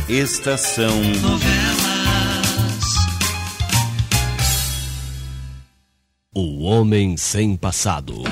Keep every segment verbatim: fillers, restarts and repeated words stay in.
Estação Novelas. O Homem Sem Passado.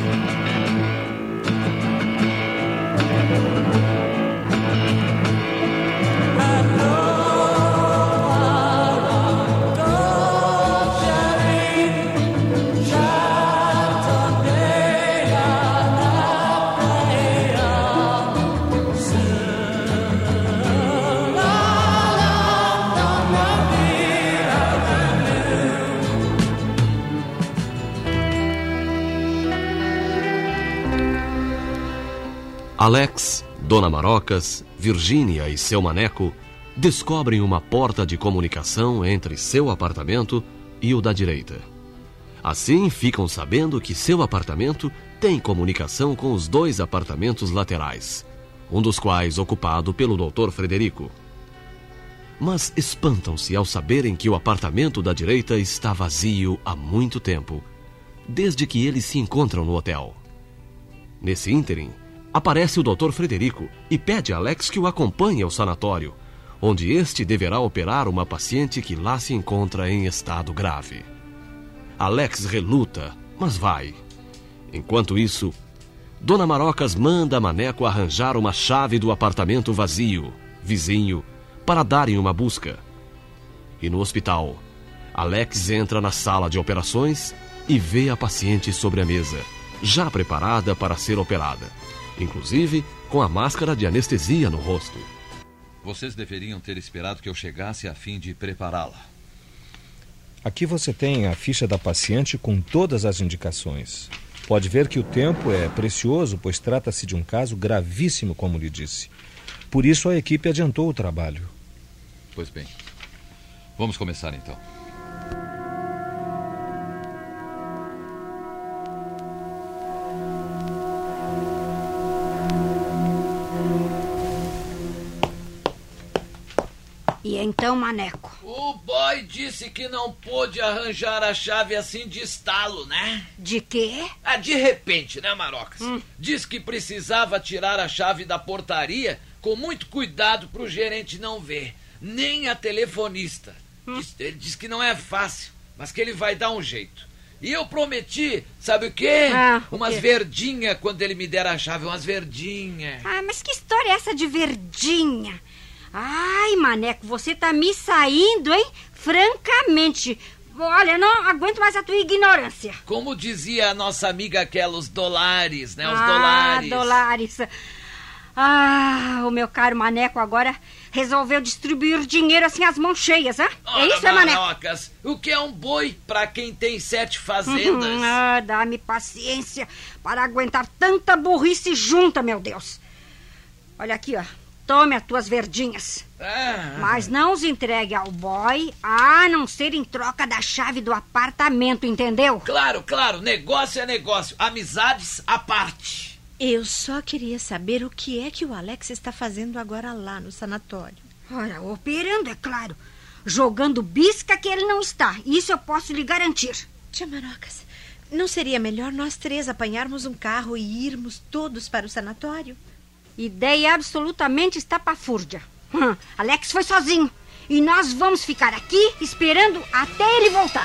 Alex, Dona Marocas, Virgínia e seu maneco descobrem uma porta de comunicação entre seu apartamento e o da direita. Assim, ficam sabendo que seu apartamento tem comunicação com os dois apartamentos laterais, um dos quais ocupado pelo doutor Frederico. Mas espantam-se ao saberem que o apartamento da direita está vazio há muito tempo, desde que eles se encontram no hotel. Nesse ínterim, aparece o doutor Frederico e pede a Alex que o acompanhe ao sanatório, onde este deverá operar uma paciente que lá se encontra em estado grave. Alex reluta, mas vai. Enquanto isso, Dona Marocas manda Maneco arranjar uma chave do apartamento vazio, vizinho, para darem uma busca. E no hospital, Alex entra na sala de operações e vê a paciente sobre a mesa, já preparada para ser operada, inclusive com a máscara de anestesia no rosto. Vocês deveriam ter esperado que eu chegasse a fim de prepará-la. Aqui você tem a ficha da paciente com todas as indicações. Pode ver que o tempo é precioso, pois trata-se de um caso gravíssimo, como lhe disse. Por isso a equipe adiantou o trabalho. Pois bem, vamos começar então. E então, Maneco? O boy disse que não pôde arranjar a chave assim de estalo, né? De quê? Ah, de repente, né, Marocas? Hum. Diz que precisava tirar a chave da portaria com muito cuidado pro gerente não ver, nem a telefonista. Hum. Diz, ele diz que não é fácil, mas que ele vai dar um jeito. E eu prometi, sabe o quê? Ah, o umas quê? verdinhas quando ele me der a chave, umas verdinhas. Ah, mas que história é essa de verdinha? Ai, Maneco, você tá me saindo, hein? Francamente. Olha, não aguento mais a tua ignorância. Como dizia a nossa amiga aquela, os dólares, né? Os ah, dólares. dólares. Ah, o meu caro Maneco agora resolveu distribuir dinheiro assim às mãos cheias, hã? Ora, é isso, é, Maneco? Marocas, o que é um boi pra quem tem sete fazendas? Uhum, ah, dá-me paciência para aguentar tanta burrice junta, meu Deus. Olha aqui, ó. Tome as tuas verdinhas. Ah. Mas não os entregue ao boy, a não ser em troca da chave do apartamento, entendeu? Claro, claro. Negócio é negócio. Amizades à parte. Eu só queria saber o que é que o Alex está fazendo agora lá no sanatório. Ora, operando, é claro. Jogando bisca que ele não está. Isso eu posso lhe garantir. Tia Marocas, não seria melhor nós três apanharmos um carro e irmos todos para o sanatório? Ideia absolutamente estapafúrdia. Hum, Alex foi sozinho. E nós vamos ficar aqui esperando até ele voltar.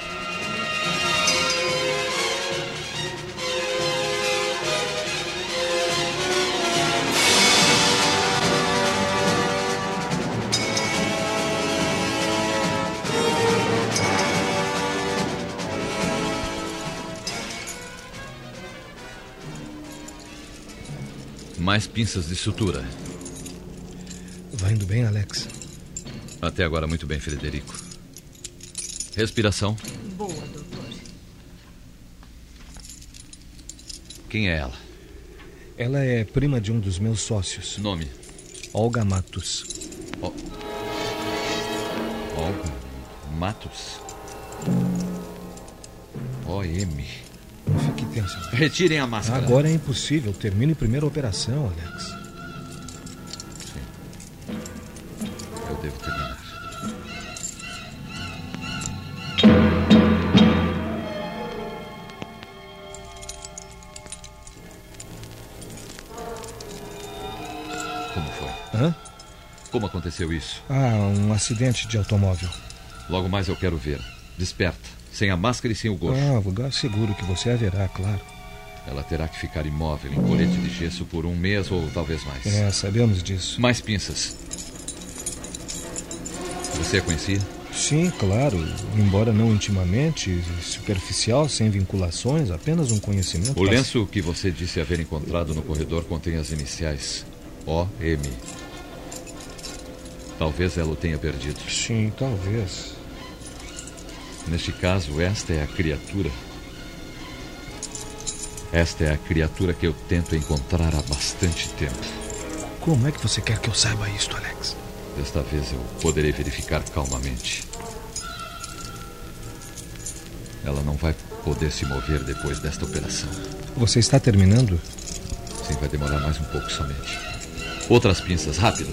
Mais pinças de sutura. Vai indo bem, Alex? Até agora muito bem, Frederico. Respiração. Boa, doutor. Quem é ela? Ela é prima de um dos meus sócios. Nome? Olga Matos. O... Olga Matos? O M. Não fique tenso. Retirem a máscara. Agora é impossível. Termine primeiro a operação, Alex. Sim. Eu devo terminar. Hã? Como aconteceu isso? Ah, um acidente de automóvel. Logo mais eu quero ver. Desperta, sem a máscara e sem o gorro. Ah, lugar seguro que você haverá, claro. Ela terá que ficar imóvel em colete de gesso por um mês ou talvez mais. É, sabemos disso. Mais pinças. Você a conhecia? Sim, claro. Embora não intimamente, superficial, sem vinculações, apenas um conhecimento. O lenço que você disse haver encontrado no corredor contém as iniciais O M. Talvez ela o tenha perdido. Sim, talvez. Neste caso, esta é a criatura. Esta é a criatura que eu tento encontrar há bastante tempo. Como é que você quer que eu saiba isto, Alex? Desta vez eu poderei verificar calmamente. Ela não vai poder se mover depois desta operação. Você está terminando? Sim, vai demorar mais um pouco somente. Outras pinças, rápido.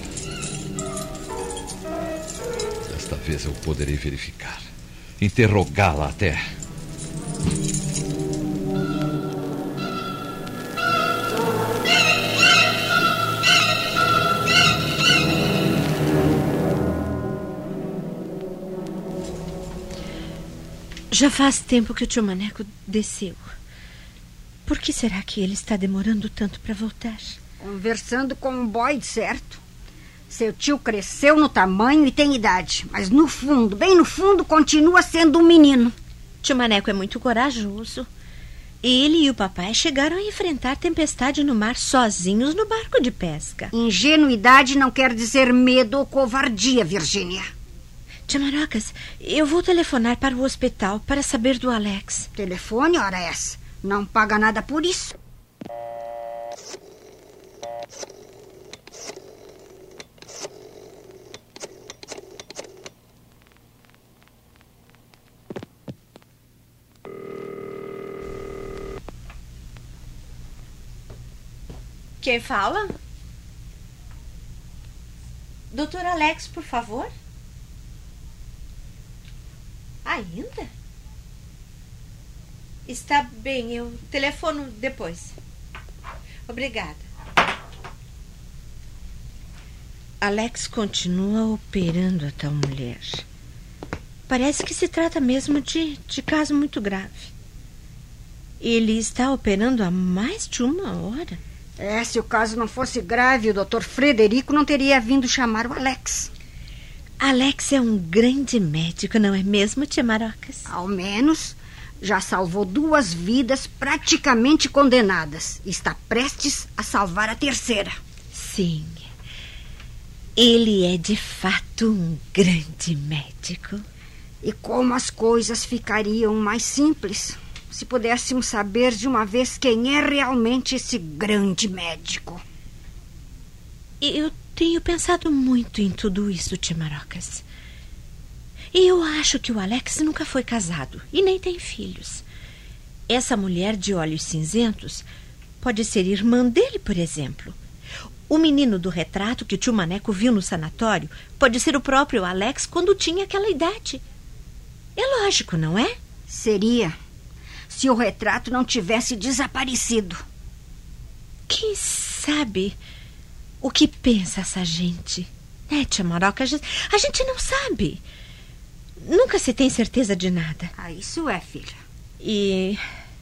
Desta vez eu poderei verificar. Interrogá-la até. Já faz tempo que o tio Maneco desceu. Por que será que ele está demorando tanto para voltar? Conversando com o Boyd, certo? Seu tio cresceu no tamanho e tem idade, mas no fundo, bem no fundo, continua sendo um menino. Tio Maneco é muito corajoso. Ele e o papai chegaram a enfrentar tempestade no mar sozinhos no barco de pesca. Ingenuidade não quer dizer medo ou covardia, Virgínia. Tia Marocas, eu vou telefonar para o hospital para saber do Alex. Telefone, ora essa. Não paga nada por isso. Quem fala? doutor Alex, por favor? Ainda? Está bem, eu telefono depois. Obrigada. Alex continua operando a tal mulher. Parece que se trata mesmo de, de caso muito grave. Ele está operando há mais de uma hora. É, se o caso não fosse grave, o doutor Frederico não teria vindo chamar o Alex. Alex é um grande médico, não é mesmo, tia Marocas? Ao menos já salvou duas vidas praticamente condenadas. Está prestes a salvar a terceira. Sim. Ele é de fato um grande médico. E como as coisas ficariam mais simples se pudéssemos saber de uma vez quem é realmente esse grande médico. Eu tenho pensado muito em tudo isso, tia Marocas. E eu acho que o Alex nunca foi casado e nem tem filhos. Essa mulher de olhos cinzentos pode ser irmã dele, por exemplo. O menino do retrato que o tio Maneco viu no sanatório pode ser o próprio Alex quando tinha aquela idade. É lógico, não é? Seria, se o retrato não tivesse desaparecido. Quem sabe o que pensa essa gente? Né, tia Maroca? A gente, a gente não sabe. Nunca se tem certeza de nada. Ah, isso é, filha. E...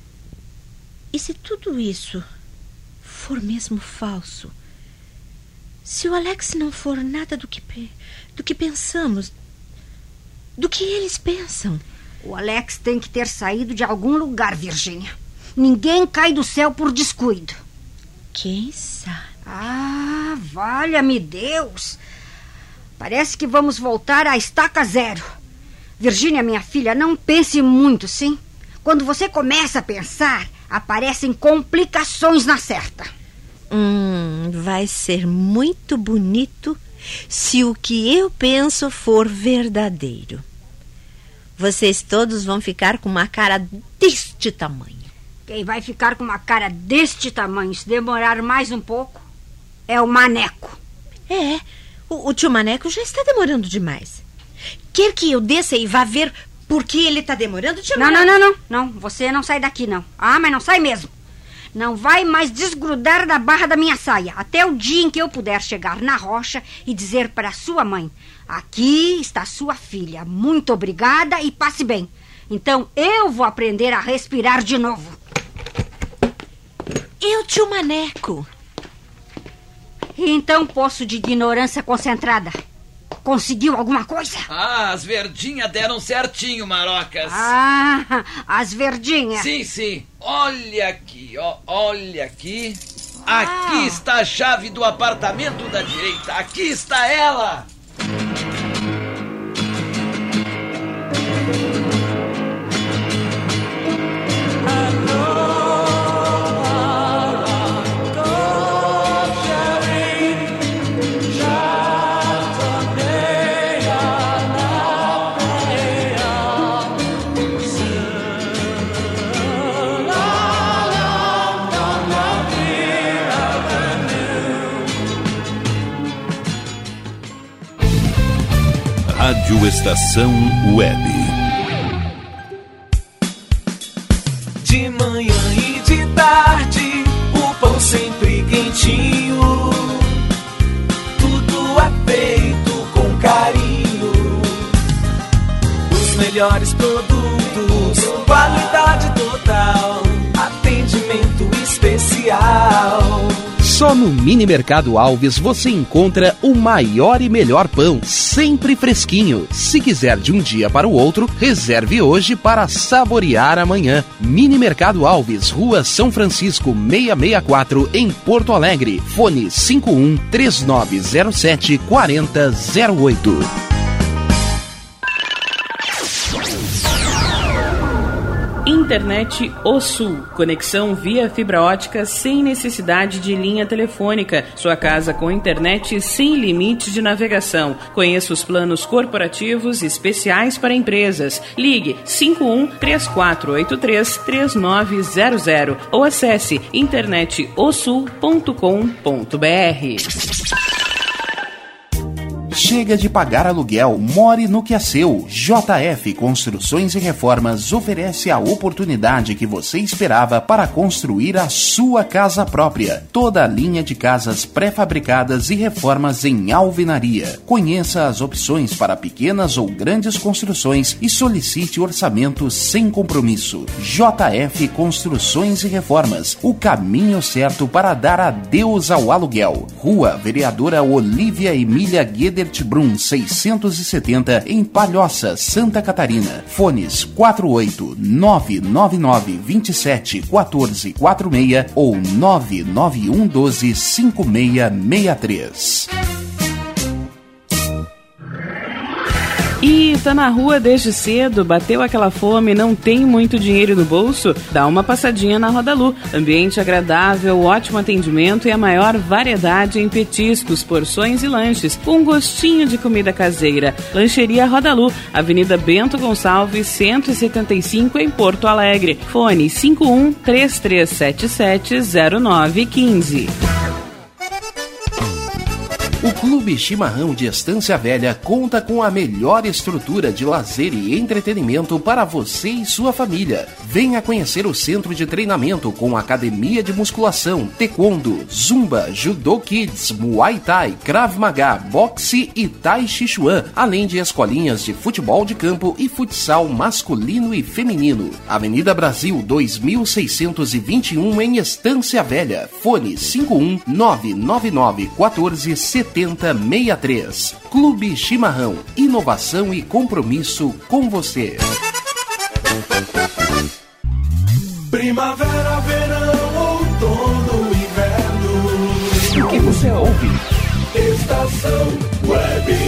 E se tudo isso for mesmo falso? Se o Alex não for nada do que, do que pensamos, do que eles pensam? O Alex tem que ter saído de algum lugar, Virgínia. Ninguém cai do céu por descuido. Quem sabe? Ah, valha-me Deus. Parece que vamos voltar à estaca zero. Virgínia, minha filha, não pense muito, sim? Quando você começa a pensar, aparecem complicações na certa. Hum, vai ser muito bonito se o que eu penso for verdadeiro. Vocês todos vão ficar com uma cara deste tamanho. Quem vai ficar com uma cara deste tamanho se demorar mais um pouco é o Maneco. É, o, o tio Maneco já está demorando demais. Quer que eu desça e vá ver por que ele está demorando, tio Não, Maneco? não, não, não, não. Você não sai daqui, não. Ah, mas não sai mesmo. não vai mais desgrudar da barra da minha saia, até o dia em que eu puder chegar na rocha e dizer para sua mãe: aqui está sua filha, muito obrigada e passe bem. Então eu vou aprender a respirar de novo. Eu, tio Maneco. E então, poço de ignorância concentrada, conseguiu alguma coisa? Ah, as verdinhas deram certinho, Marocas. Ah, as verdinhas. Sim, sim. Olha aqui, ó, olha aqui. Ah. Aqui está a chave do apartamento da direita. Aqui está ela. Rádio Estação Web. De manhã e de tarde, o pão sempre quentinho. Tudo é feito com carinho. Os melhores produtos, qualidade total, atendimento especial. Só no Mini Mercado Alves você encontra o maior e melhor pão, sempre fresquinho. Se quiser de um dia para o outro, reserve hoje para saborear amanhã. Mini Mercado Alves, Rua São Francisco, seiscentos e sessenta e quatro, em Porto Alegre. Fone cinco um três nove zero sete quatro zero zero oito. Internet O Sul. Conexão via fibra ótica sem necessidade de linha telefônica. Sua casa com internet sem limite de navegação. Conheça os planos corporativos especiais para empresas. Ligue cinco um três quatro oito três três nove zero zero ou acesse internet o sul ponto com ponto b r. Chega de pagar aluguel, more no que é seu. J F Construções e Reformas oferece a oportunidade que você esperava para construir a sua casa própria. Toda a linha de casas pré-fabricadas e reformas em alvenaria. Conheça as opções para pequenas ou grandes construções e solicite orçamento sem compromisso. J F Construções e Reformas, o caminho certo para dar adeus ao aluguel. Rua Vereadora Olívia Emília Gueder Brum seiscentos e setenta, em Palhoça, Santa Catarina. Fones quatro oito nove nove nove dois sete um quatro quatro seis ou nove nove um um doze cinco seis seis três. E tá na rua desde cedo, bateu aquela fome, não tem muito dinheiro no bolso? Dá uma passadinha na Rodalu. Ambiente agradável, ótimo atendimento e a maior variedade em petiscos, porções e lanches, com gostinho de comida caseira. Lancheria Rodalu, Avenida Bento Gonçalves, cento e setenta e cinco, em Porto Alegre. Fone cinco um três três sete sete zero nove um cinco. O Clube Chimarrão de Estância Velha conta com a melhor estrutura de lazer e entretenimento para você e sua família. Venha conhecer o centro de treinamento com academia de musculação, taekwondo, zumba, judô kids, muay thai, krav maga, boxe e tai chi chuan, além de escolinhas de futebol de campo e futsal masculino e feminino. Avenida Brasil dois mil seiscentos e vinte e um, em Estância Velha. Fone cinco um nove nove nove um quatro sete zero seis três. Clube Chimarrão, inovação e compromisso com você. Primavera, verão, outono, inverno. O que você ouve? Estação Web.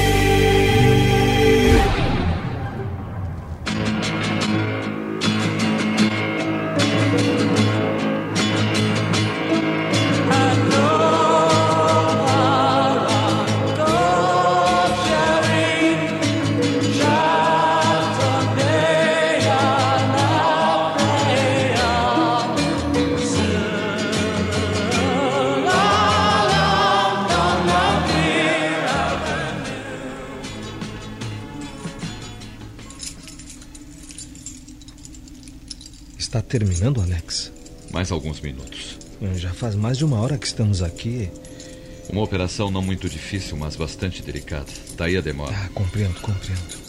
Está terminando, Alex? Mais alguns minutos. Já faz mais de uma hora que estamos aqui. Uma operação não muito difícil, mas bastante delicada. Daí a demora. Ah, compreendo, compreendo.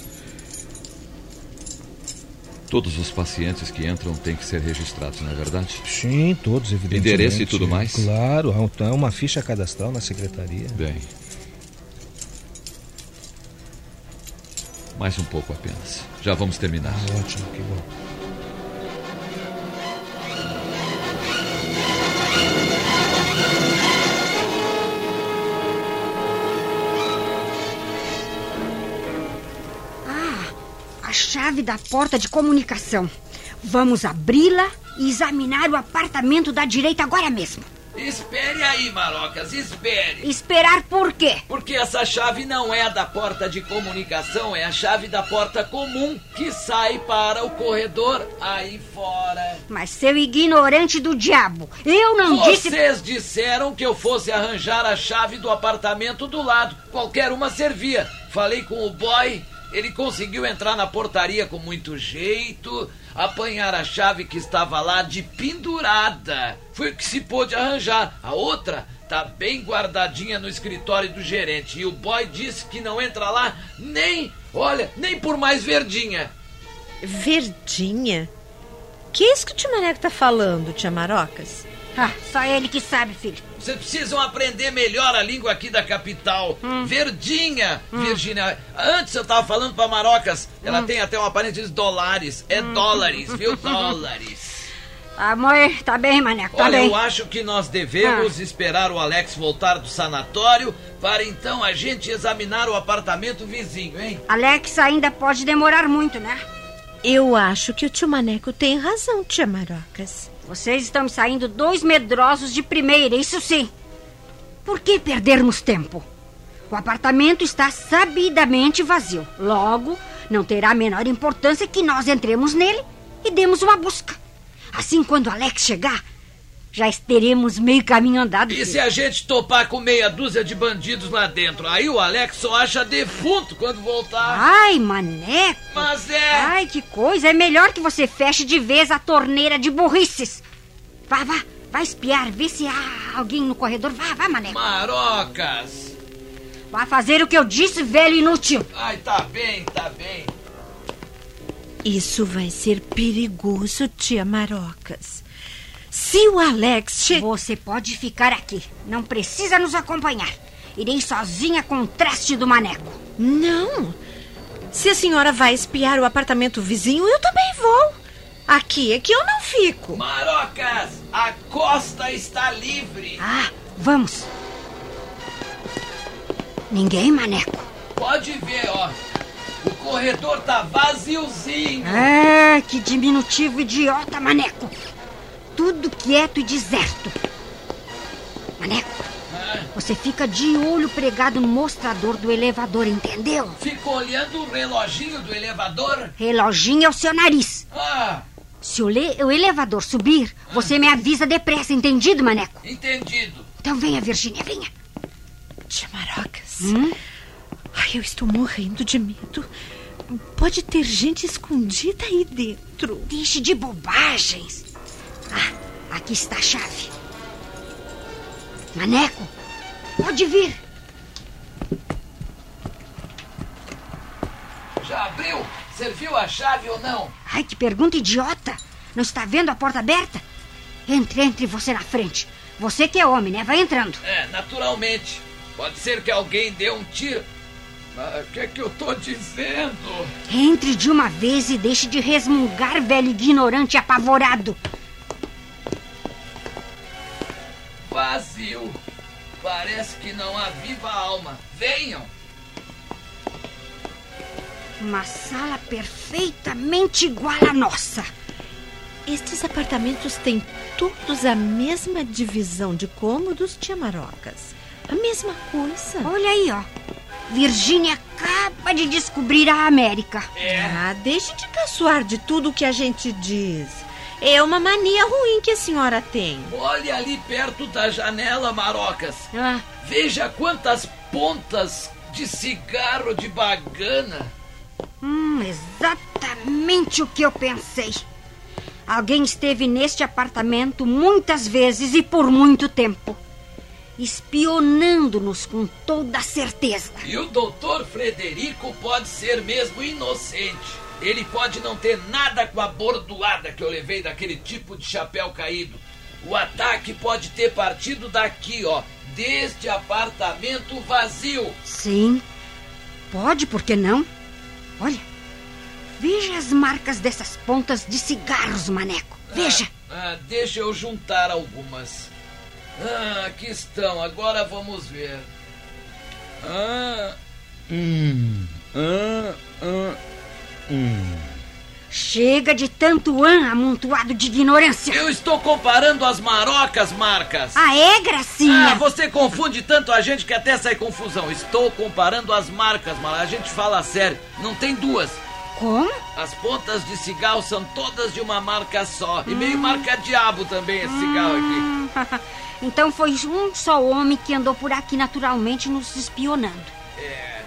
Todos os pacientes que entram têm que ser registrados, não é verdade? Sim, todos, evidentemente. Endereço e tudo mais? Claro, há uma ficha cadastral na secretaria. Bem. Mais um pouco apenas. Já vamos terminar. Ah, ótimo, que bom. A chave da porta de comunicação. Vamos abri-la e examinar o apartamento da direita agora mesmo. Espere aí, Marocas, espere. Esperar por quê? Porque essa chave não é a da porta de comunicação, é a chave da porta comum que sai para o corredor aí fora. Mas seu ignorante do diabo, eu não Vocês disse... Vocês disseram que eu fosse arranjar a chave do apartamento do lado. Qualquer uma servia. Falei com o boy... Ele conseguiu entrar na portaria com muito jeito, apanhar a chave que estava lá de pendurada. Foi o que se pôde arranjar. A outra tá bem guardadinha no escritório do gerente. E o boy disse que não entra lá nem, olha, nem por mais verdinha. Verdinha? Que é isso que o tio Maneco tá falando, tia Marocas? Ah, só ele que sabe, filho. Vocês precisam aprender melhor a língua aqui da capital. Hum. Verdinha, hum. Virgínia. Antes eu tava falando pra Marocas. Ela hum. tem até uma aparência de dólares. É hum. dólares, viu? Dólares. Amor, tá bem, Maneco, tá Olha, bem. eu acho que nós devemos ah. esperar o Alex voltar do sanatório para então a gente examinar o apartamento vizinho, hein? Alex ainda pode demorar muito, né? Eu acho que o tio Maneco tem razão, tia Marocas. Vocês estão saindo dois medrosos de primeira, isso sim. Por que perdermos tempo? O apartamento está sabidamente vazio. Logo, não terá a menor importância que nós entremos nele e demos uma busca. Assim, quando Alex chegar, já teremos meio caminho andado. E se a gente topar com meia dúzia de bandidos lá dentro? Aí o Alex só acha defunto quando voltar. Ai, Maneco. Mas é... Ai, que coisa. É melhor que você feche de vez a torneira de burrices. Vá, vá. Vai espiar. Vê se há alguém no corredor. Vá, vá, Maneco. Marocas. Vai fazer o que eu disse, velho inútil. Ai, tá bem, tá bem. Isso vai ser perigoso, tia Marocas. Se o Alex che... Você pode ficar aqui. Não precisa nos acompanhar. Irei sozinha com o traste do Maneco. Não. Se a senhora vai espiar o apartamento vizinho, eu também vou. Aqui é que eu não fico. Marocas, a costa está livre. Ah, vamos. Ninguém, Maneco. Pode ver, ó. O corredor tá vaziozinho. Ah, que diminutivo idiota, Maneco. Tudo quieto e deserto. Maneco, ah. você fica de olho pregado no mostrador do elevador, entendeu? Fico olhando o reloginho do elevador? Reloginho é o seu nariz. Ah. Se o, le- o elevador subir, ah. você me avisa depressa, entendido, Maneco? Entendido. Então venha, Virgínia, venha. Tia Marocas, hum? Ai, eu estou morrendo de medo. Pode ter gente escondida aí dentro. Deixe de bobagens. Ah, aqui está a chave. Maneco, pode vir. Já abriu? Serviu a chave ou não? Ai, que pergunta idiota. Não está vendo a porta aberta? Entre, entre você na frente. Você que é homem, né? Vai entrando. É, naturalmente. Pode ser que alguém dê um tiro. Mas o que é que eu tô dizendo? Entre de uma vez e deixe de resmungar, velho ignorante e apavorado. Vazio. Parece que não há viva alma. Venham. Uma sala perfeitamente igual à nossa. Estes apartamentos têm todos a mesma divisão de cômodos, tia Marocas. A mesma coisa. Olha aí, ó. Virgínia acaba de descobrir a América. É. Ah, deixe de caçoar de tudo que a gente diz. É uma mania ruim que a senhora tem. Olha ali perto da janela, Marocas. Ah. Veja quantas pontas de cigarro de bagana. Hum, exatamente o que eu pensei. Alguém esteve neste apartamento muitas vezes e por muito tempo, espionando-nos com toda certeza. E o doutor Frederico pode ser mesmo inocente. Ele pode não ter nada com a bordoada que eu levei daquele tipo de chapéu caído. O ataque pode ter partido daqui, ó, deste apartamento vazio. Sim, pode, por que não? Olha, veja as marcas dessas pontas de cigarros, Maneco. Veja. Ah, ah, deixa eu juntar algumas. Ah, aqui estão, agora vamos ver. Ah, Hum, ah, ah, hum. Chega de tanto an amontoado de ignorância. eu estou comparando as marocas, Marcas. Ah, é, Gracinha? Ah, você confunde tanto a gente que até sai confusão. Estou comparando as marcas, mas a gente fala sério. Não tem duas. Como? As pontas de cigarro são todas de uma marca só. E meio marca diabo também esse cigarro aqui. Então foi um só homem que andou por aqui naturalmente nos espionando. É.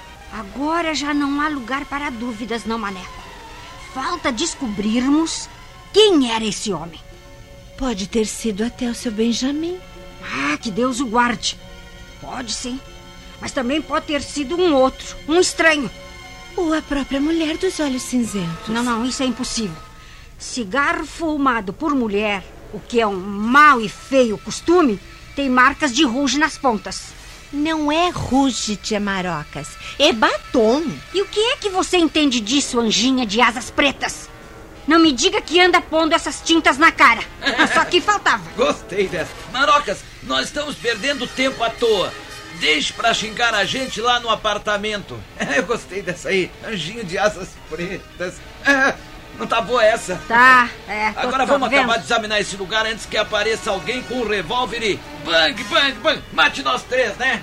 Agora já não há lugar para dúvidas, não, Maneco. Falta descobrirmos quem era esse homem. Pode ter sido até o seu Benjamin. Ah, que Deus o guarde. Pode sim. Mas também pode ter sido um outro, um estranho. Ou a própria mulher dos olhos cinzentos. Não, não, isso é impossível. Cigarro fumado por mulher, o que é um mau e feio costume, tem marcas de ruge nas pontas. Não é ruge, tia Marocas. É batom. E o que é que você entende disso, anjinha de asas pretas? Não me diga que anda pondo essas tintas na cara. Só que faltava. Gostei dessa. Marocas, nós estamos perdendo tempo à toa. Deixe pra xingar a gente lá no apartamento. Eu gostei dessa aí. Anjinho de asas pretas. Não tá boa essa? Tá, é. Tô, Agora tô vamos vendo. acabar de examinar esse lugar antes que apareça alguém com um revólver e bang, bang, bang. Mate nós três, né?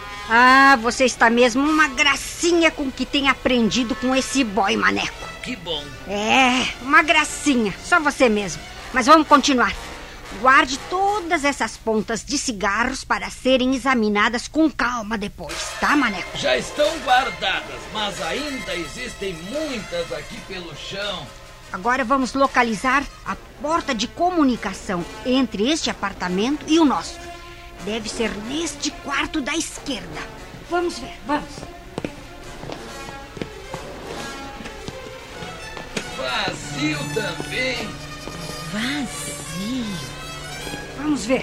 Ah, você está mesmo uma gracinha com o que tem aprendido com esse boy, Maneco. Que bom. É, uma gracinha. Só você mesmo. Mas vamos continuar. Guarde todas essas pontas de cigarros para serem examinadas com calma depois, tá, Maneco? Já estão guardadas, mas ainda existem muitas aqui pelo chão. Agora vamos localizar a porta de comunicação entre este apartamento e o nosso. Deve ser neste quarto da esquerda. Vamos ver, vamos. Vazio também. Vazio. Vamos ver.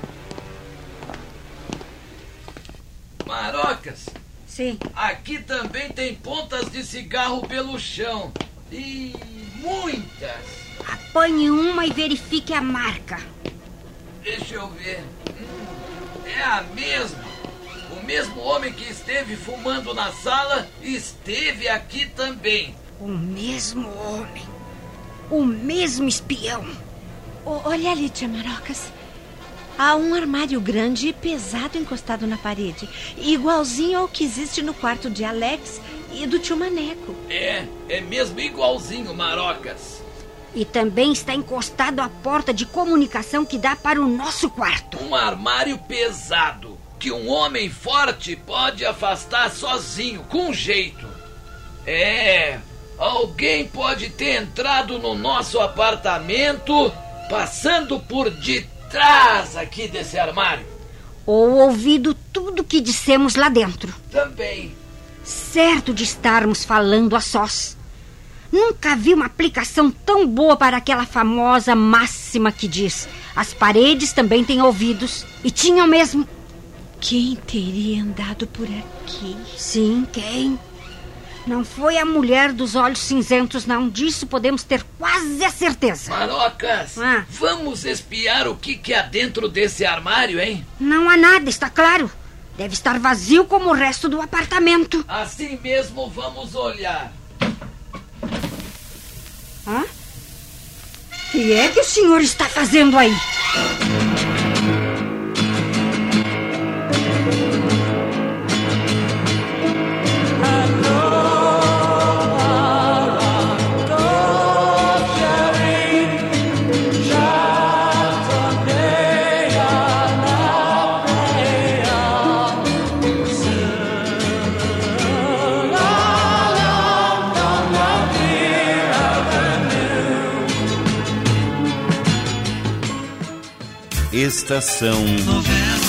Marocas, Sim. aqui também tem pontas de cigarro pelo chão. E muitas. Apanhe uma e verifique a marca. Deixa eu ver. Hum, é a mesma. O mesmo homem que esteve fumando na sala esteve aqui também. O mesmo homem. O mesmo espião. O- olha ali, tia Marocas. Há um armário grande e pesado encostado na parede, igualzinho ao que existe no quarto de Alex e do tio Maneco. É, é mesmo igualzinho, Marocas. E também está encostado à porta de comunicação que dá para o nosso quarto. Um armário pesado que um homem forte pode afastar sozinho, com jeito. É, alguém pode ter entrado no nosso apartamento passando por detrás aqui desse armário. Ou ouvido tudo que dissemos lá dentro. Também. Certo de estarmos falando a sós. Nunca vi uma aplicação tão boa para aquela famosa máxima que diz: as paredes também têm ouvidos. E tinham mesmo. Quem teria andado por aqui? Sim, quem? Não foi a mulher dos olhos cinzentos, não. Disso podemos ter quase a certeza. Marocas, Ah. vamos espiar o que, que há dentro desse armário, hein? Não há nada, está claro. Deve estar vazio como o resto do apartamento. Assim mesmo vamos olhar. Hã? O que é que o senhor está fazendo aí? Estação Novela.